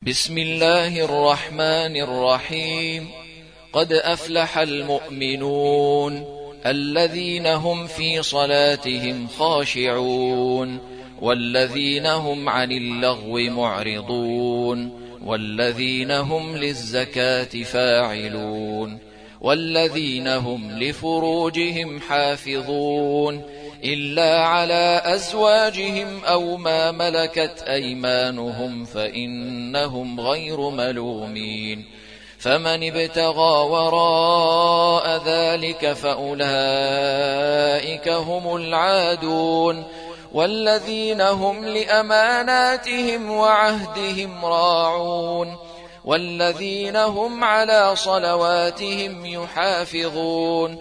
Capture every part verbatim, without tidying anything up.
بسم الله الرحمن الرحيم. قد أفلح المؤمنون الذين هم في صلاتهم خاشعون والذين هم عن اللغو معرضون والذين هم للزكاة فاعلون والذين هم لفروجهم حافظون إلا على أزواجهم أو ما ملكت أيمانهم فإنهم غير ملومين. فمن ابتغى وراء ذلك فأولئك هم العادون والذين هم لأماناتهم وعهدهم راعون والذين هم على صلواتهم يحافظون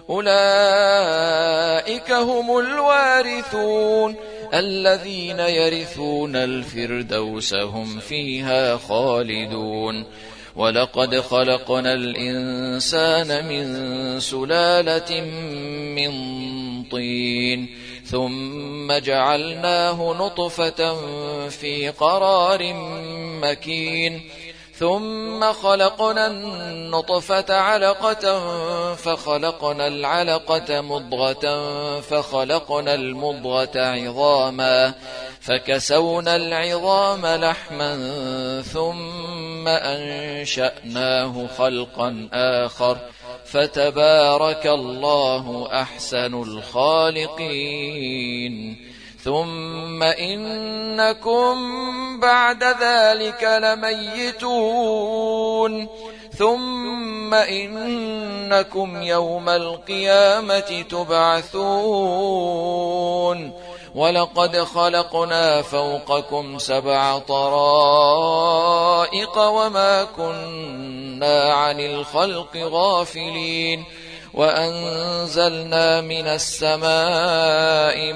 أولئك هم الوارثون الذين يرثون الفردوس هم فيها خالدون. ولقد خلقنا الإنسان من سلالة من طين ثم جعلناه نطفة في قرار مكين ثم خلقنا النطفة علقة فخلقنا العلقة مضغة فخلقنا المضغة عظاما فكسونا العظام لحما ثم أنشأناه خلقا آخر فتبارك الله أحسن الخالقين. ثم إنكم بعد ذلك لميتون ثم إنكم يوم القيامة تبعثون. ولقد خلقنا فوقكم سبع طرائق وما كنا عن الخلق غافلين وأنزلنا من السماء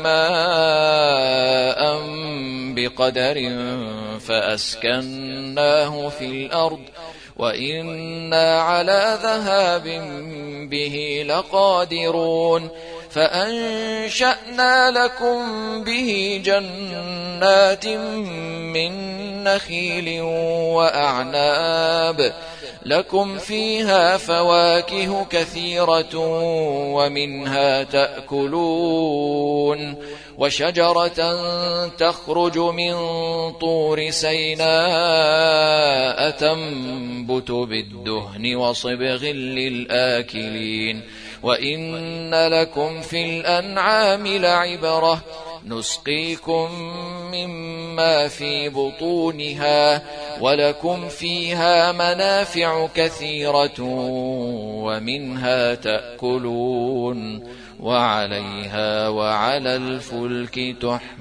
ماء بقدر فأسكناه في الأرض وإنا على ذهاب به لقادرون. فأنشأنا لكم به جنات من نخيل وأعناب لكم فيها فواكه كثيرة ومنها تأكلون وشجرة تخرج من طور سيناء تنبت بالدهن وصبغ للآكلين. وإن لكم في الأنعام لعبرة نسقيكم مما في بطونها ولكم فيها منافع كثيرة ومنها تأكلون وعليها وعلى الفلك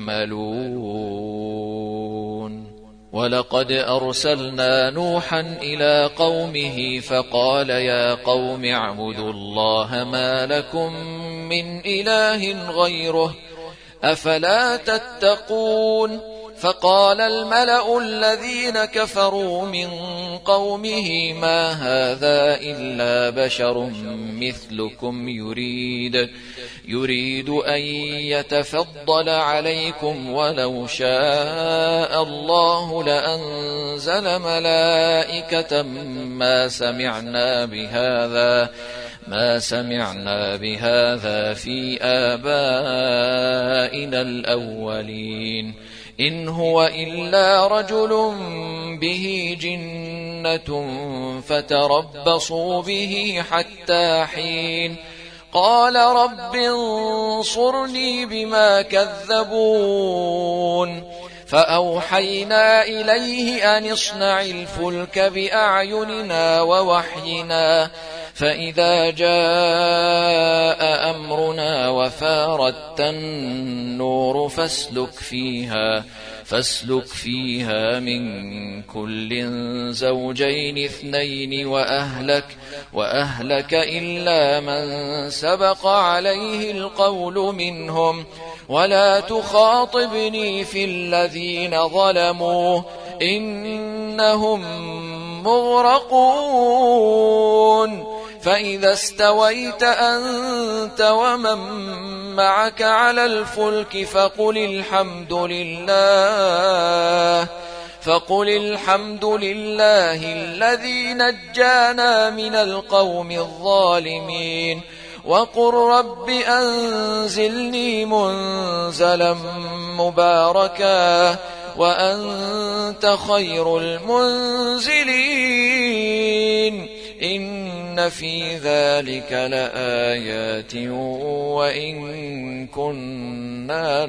تحملون. ولقد أرسلنا نوحا إلى قومه فقال يا قوم اعبدوا الله ما لكم من إله غيره أفلا تتقون. فقال الملأ الذين كفروا من قومه ما هذا إلا بشر مثلكم يريد يريد أن يتفضل عليكم ولو شاء الله لأنزل ملائكة ما سمعنا بهذا ما سمعنا بهذا في آبائنا الأولين إن هو إلا رجل به جنة فتربصوا به حتى حين. قال رب انصرني بما كذبون. فأوحينا إليه أن اصنع الفلك بأعيننا ووحينا فإذا جاء أمرنا وفارت النور فاسلك فيها فاسلك فيها من كل زوجين اثنين وأهلك وأهلك إلا من سبق عليه القول منهم ولا تخاطبني في الذين ظلموا إنهم مغرقون. فإذا استويت أنت ومن معك على الفلك فقل الحمد لله فقل الحمد لله الذي نجانا من القوم الظالمين وقل رب أنزلني منزلا مباركا وأنت خير المنزلين إن في ذلك لآيات وإن كنا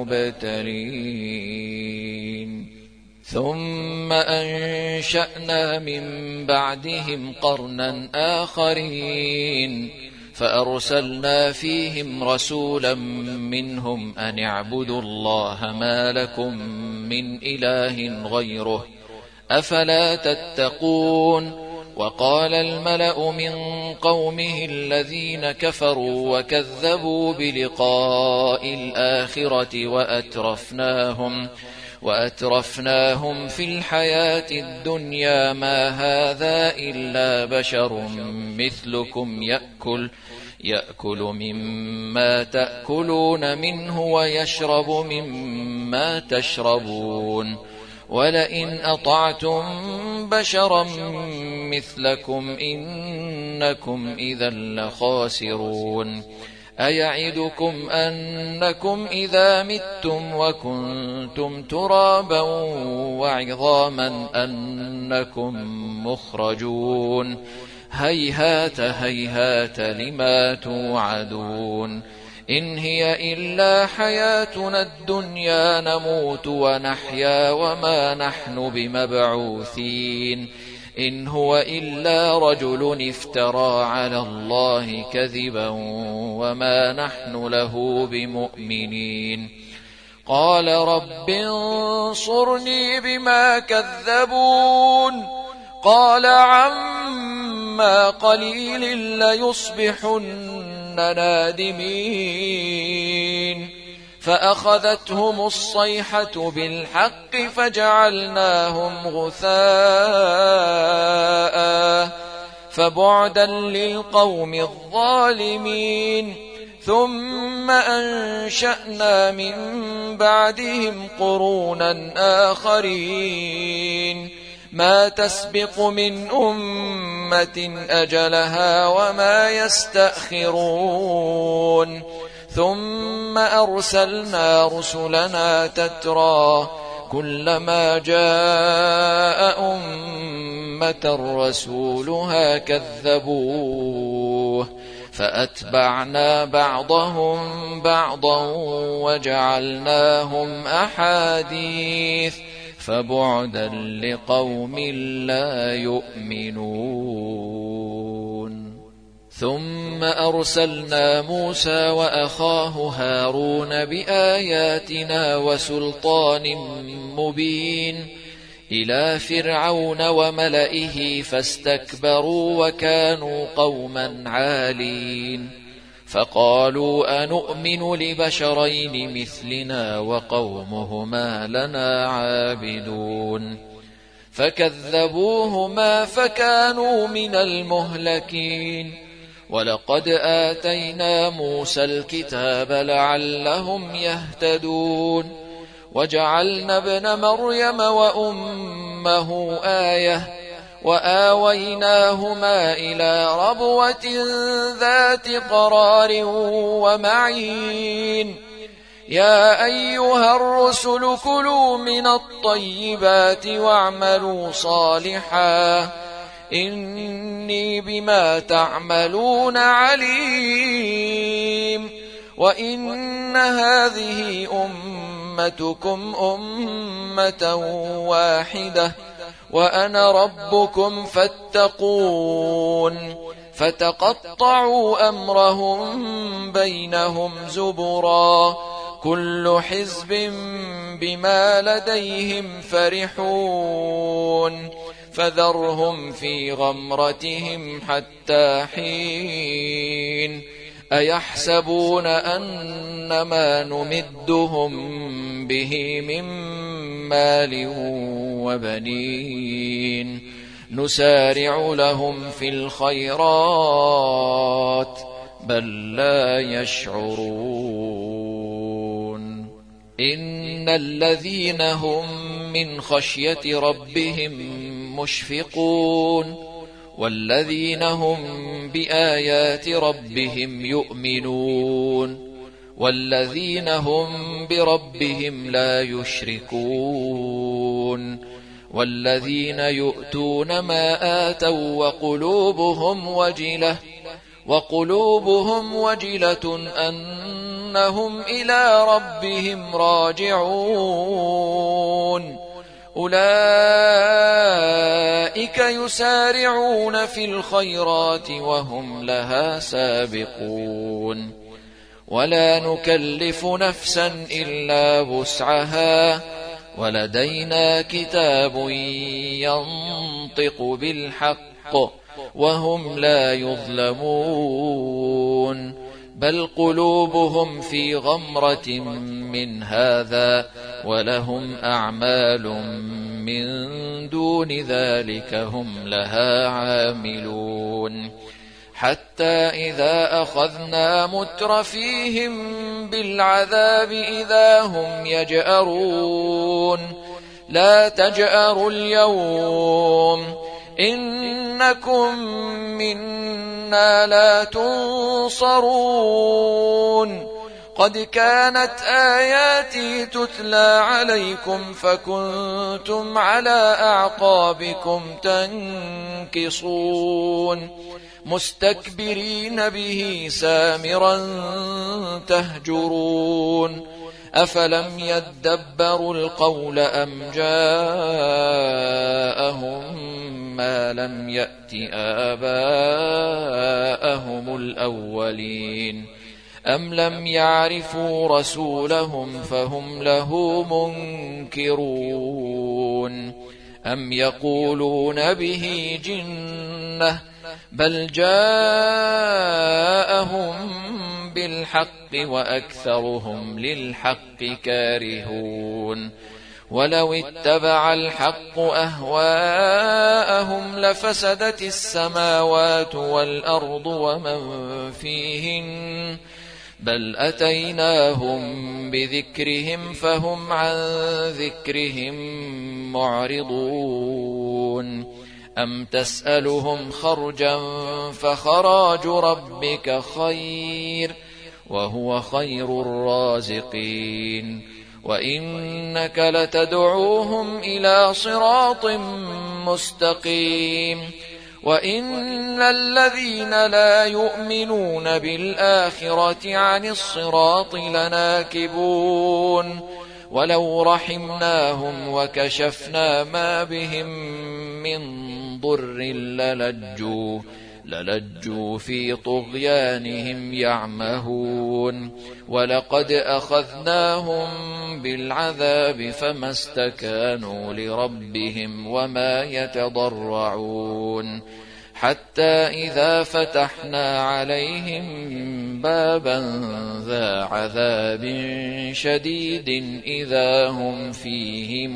لمبتلين ثم أنشأنا من بعدهم قرنا آخرين فأرسلنا فيهم رسولا منهم أن اعبدوا الله ما لكم من إله غيره أفلا تتقون وقال الملأ من قومه الذين كفروا وكذبوا بلقاء الآخرة وأترفناهم وأترفناهم في الحياة الدنيا ما هذا إلا بشر مثلكم يأكل يأكل مما تأكلون منه ويشرب مما تشربون ولئن أطعتم بشرا مثلكم إنكم إذا لخاسرون أيعدكم أنكم إذا متم وكنتم ترابا وعظاما أنكم مخرجون هيهات هيهات لما توعدون إن هي إلا حياتنا الدنيا نموت ونحيا وما نحن بمبعوثين إن هو إلا رجل افترى على الله كذبا وما نحن له بمؤمنين قال رب انصرني بما كذبون قال عما قليل ليصبحن نادمين فأخذتهم الصيحة بالحق فجعلناهم غثاء فبعدا للقوم الظالمين ثم أنشأنا من بعدهم قرونا آخرين ما تسبق من أمة أجلها وما يستأخرون ثم أرسلنا رسلنا تترى كلما جاء أمة رسولها كذبوه فأتبعنا بعضهم بعضا وجعلناهم أحاديث فبعدا لقوم لا يؤمنون ثم أرسلنا موسى وأخاه هارون بآياتنا وسلطان مبين إلى فرعون وملئه فاستكبروا وكانوا قوما عالين فقالوا أنؤمن لبشرين مثلنا وقومهما لنا عابدون فكذبوهما فكانوا من المهلكين ولقد آتينا موسى الكتاب لعلهم يهتدون وجعلنا ابن مريم وأمه آية وآويناهما إلى ربوة ذات قرار ومعين يا أيها الرسل كلوا من الطيبات واعملوا صالحا إني بما تعملون عليم وإن هذه أمتكم أمة واحدة وأنا ربكم فاتقون فتقطعوا أمرهم بينهم زبرا كل حزب بما لديهم فرحون فذرهم في غمرتهم حتى حين أيحسبون أن ما نمدهم به من مال وبنين نسارع لهم في الخيرات بل لا يشعرون إن الذين هم من خشية ربهم مشفقون والذين هم بآيات ربهم يؤمنون والذين هم بربهم لا يشركون والذين يؤتون ما آتوا وقلوبهم وجلة وقلوبهم وجلة أنهم إلى ربهم راجعون أولئك يسارعون في الخيرات وهم لها سابقون ولا نكلف نفسا إلا وسعها ولدينا كتاب ينطق بالحق وهم لا يظلمون بل قلوبهم في غمرة من هذا ولهم أعمال من دون ذلك هم لها عاملون حتى إذا أخذنا مترفيهم بالعذاب إذا هم يجأرون لا تجأروا اليوم إنكم منا لا تنصرون قد كانت آياتي تتلى عليكم فكنتم على أعقابكم تنكصون مستكبرين به سامرا تهجرون أفلم يدبروا القول أم جاءهم ما لم يأت آباءهم الأولين أم لم يعرفوا رسولهم فهم له منكرون أم يقولون به جنة بل جاءهم بالحق وأكثرهم للحق كارهون ولو اتبع الحق أهواءهم لفسدت السماوات والأرض ومن فيهن بل أتيناهم بذكرهم فهم عن ذكرهم معرضون أم تسألهم خرجا فخراج ربك خير وهو خير الرازقين وإنك لتدعوهم إلى صراط مستقيم وإن الذين لا يؤمنون بالآخرة عن الصراط لناكبون ولو رحمناهم وكشفنا ما بهم من ضر للجوا للجوا في طغيانهم يعمهون ولقد أخذناهم بالعذاب فما استكانوا لربهم وما يتضرعون حتى إذا فتحنا عليهم بابا ذا عذاب شديد إذا هم فيه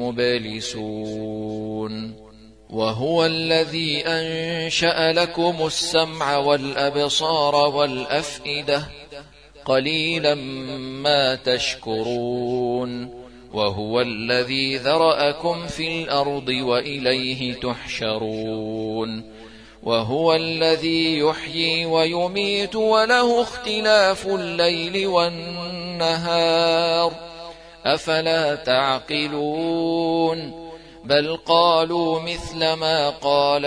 مبلسون وهو الذي أنشأ لكم السمع والأبصار والأفئدة قليلا ما تشكرون وهو الذي ذرأكم في الأرض وإليه تحشرون وهو الذي يحيي ويميت وله اختلاف الليل والنهار أفلا تعقلون بل قالوا مثل ما قال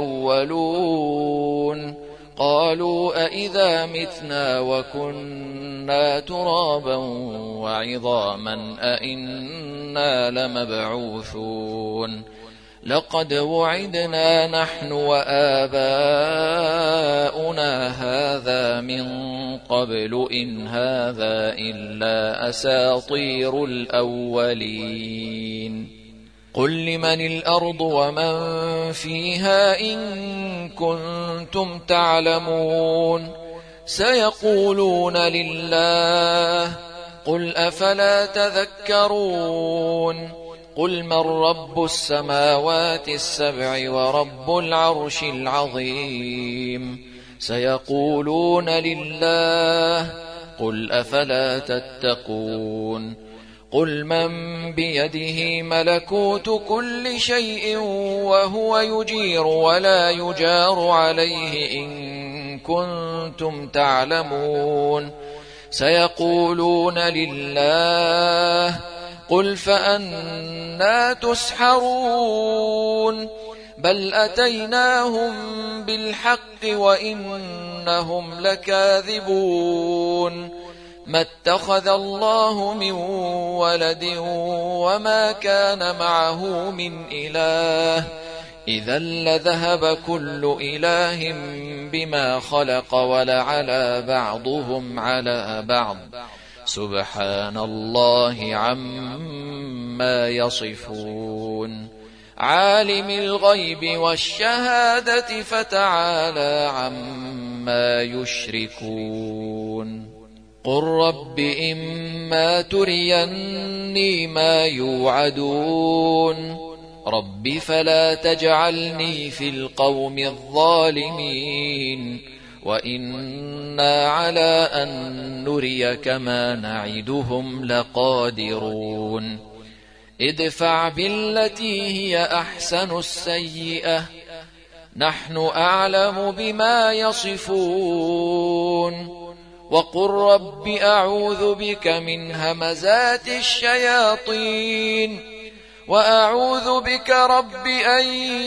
الأولون قالوا أئذا متنا وكنا ترابا وعظاما أئنا لمبعوثون لقد وعدنا نحن وآباؤنا هذا من قبل إن هذا إلا أساطير الأولين قل لمن الأرض ومن فيها إن كنتم تعلمون سيقولون لله قل أفلا تذكرون قل من رب السماوات السبع ورب العرش العظيم سيقولون لله قل أفلا تتقون قل من بيده ملكوت كل شيء وهو يجير ولا يجار عليه إن كنتم تعلمون سيقولون لله قل فأنى تسحرون بل أتيناهم بالحق وإنهم لكاذبون ما اتخذ الله من ولد وما كان معه من إله إذا لذهب كل إله بما خلق ولعلى بعضهم على بعض سبحان الله عما يصفون عالم الغيب والشهادة فتعالى عما يشركون قل رب إما تريني ما يوعدون رب فلا تجعلني في القوم الظالمين وإنا على أن نريك ما نعدهم لقادرون ادفع بالتي هي أحسن السيئة نحن أعلم بما يصفون وقل رب أعوذ بك من همزات الشياطين وأعوذ بك رب أن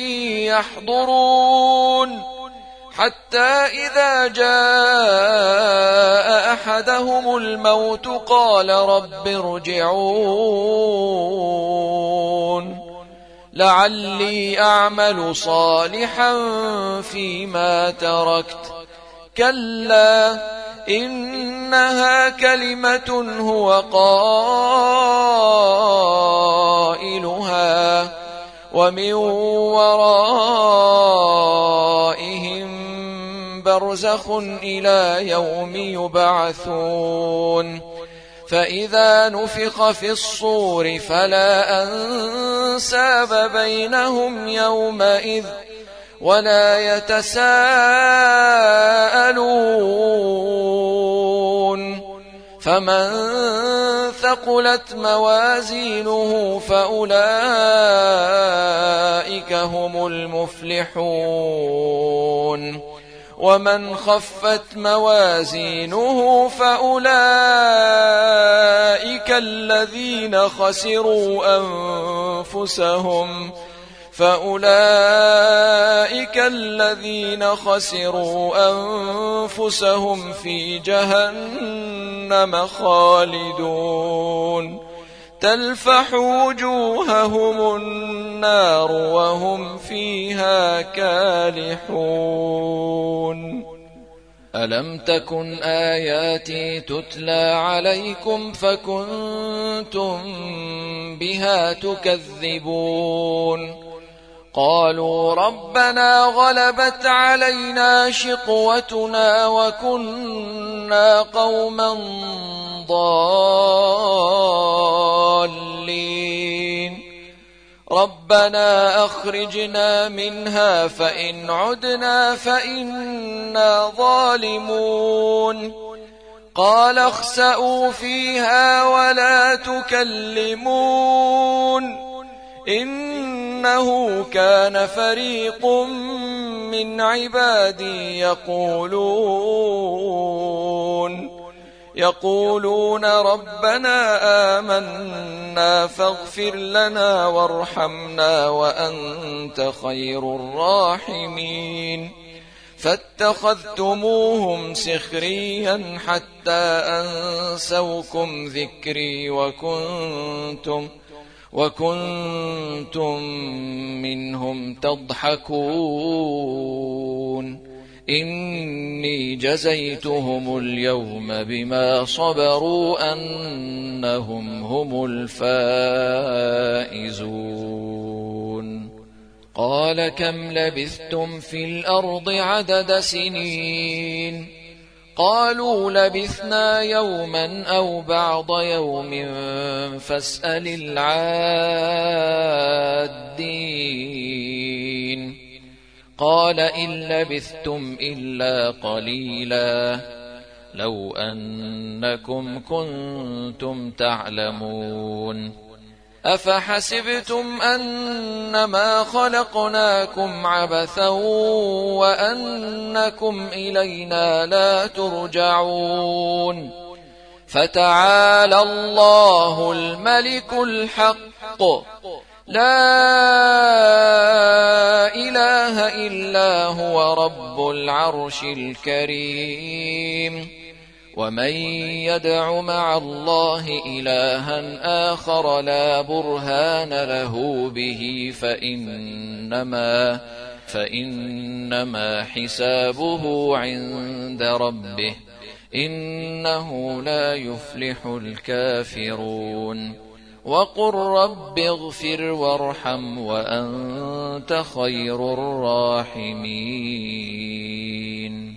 يحضرون حتى إذا جاء أحدهم الموت قال رب ارجعون لعلي أعمل صالحا فيما تركت كلا إنها كلمة هو قائلها ومن ورائهم برزخ إلى يوم يبعثون فإذا نفخ في الصور فلا أنساب بينهم يومئذ ولا يتساءلون فمن ثقلت موازينه فأولئك هم المفلحون ومن خفت موازينه فأولئك الذين خسروا أنفسهم فأولئك الذين خسروا أنفسهم في جهنم خالدون تلفح وجوههم النار وهم فيها كالحون ألم تكن آياتي تتلى عليكم فكنتم بها تكذبون قالوا ربنا غلبت علينا شقوتنا وكنا قوما ضالين ربنا أخرجنا منها فإن عدنا فإنا ظالمون قال اخسئوا فيها ولا تكلمون إنه كان فريق من عبادي يقولون يقولون ربنا آمنا فاغفر لنا وارحمنا وأنت خير الراحمين فاتخذتموهم سخريا حتى أنسوكم ذكري وكنتم وكنتم منهم تضحكون إني جزيتهم اليوم بما صبروا أنهم هم الفائزون قال كم لبثتم في الأرض عدد سنين قالوا لبثنا يوما أو بعض يوم فاسأل العادين قال إن لبثتم إلا قليلا لو أنكم كنتم تعلمون أفحسبتم أنما خلقناكم عبثا وأنكم إلينا لا ترجعون فتعالى الله الملك الحق لا إله إلا هو رب العرش الكريم ومن يدع مع الله إلها آخر لا برهان له به فإنما, فإنما حسابه عند ربه إنه لا يفلح الكافرون وقل رب اغفر وارحم وأنت خير الراحمين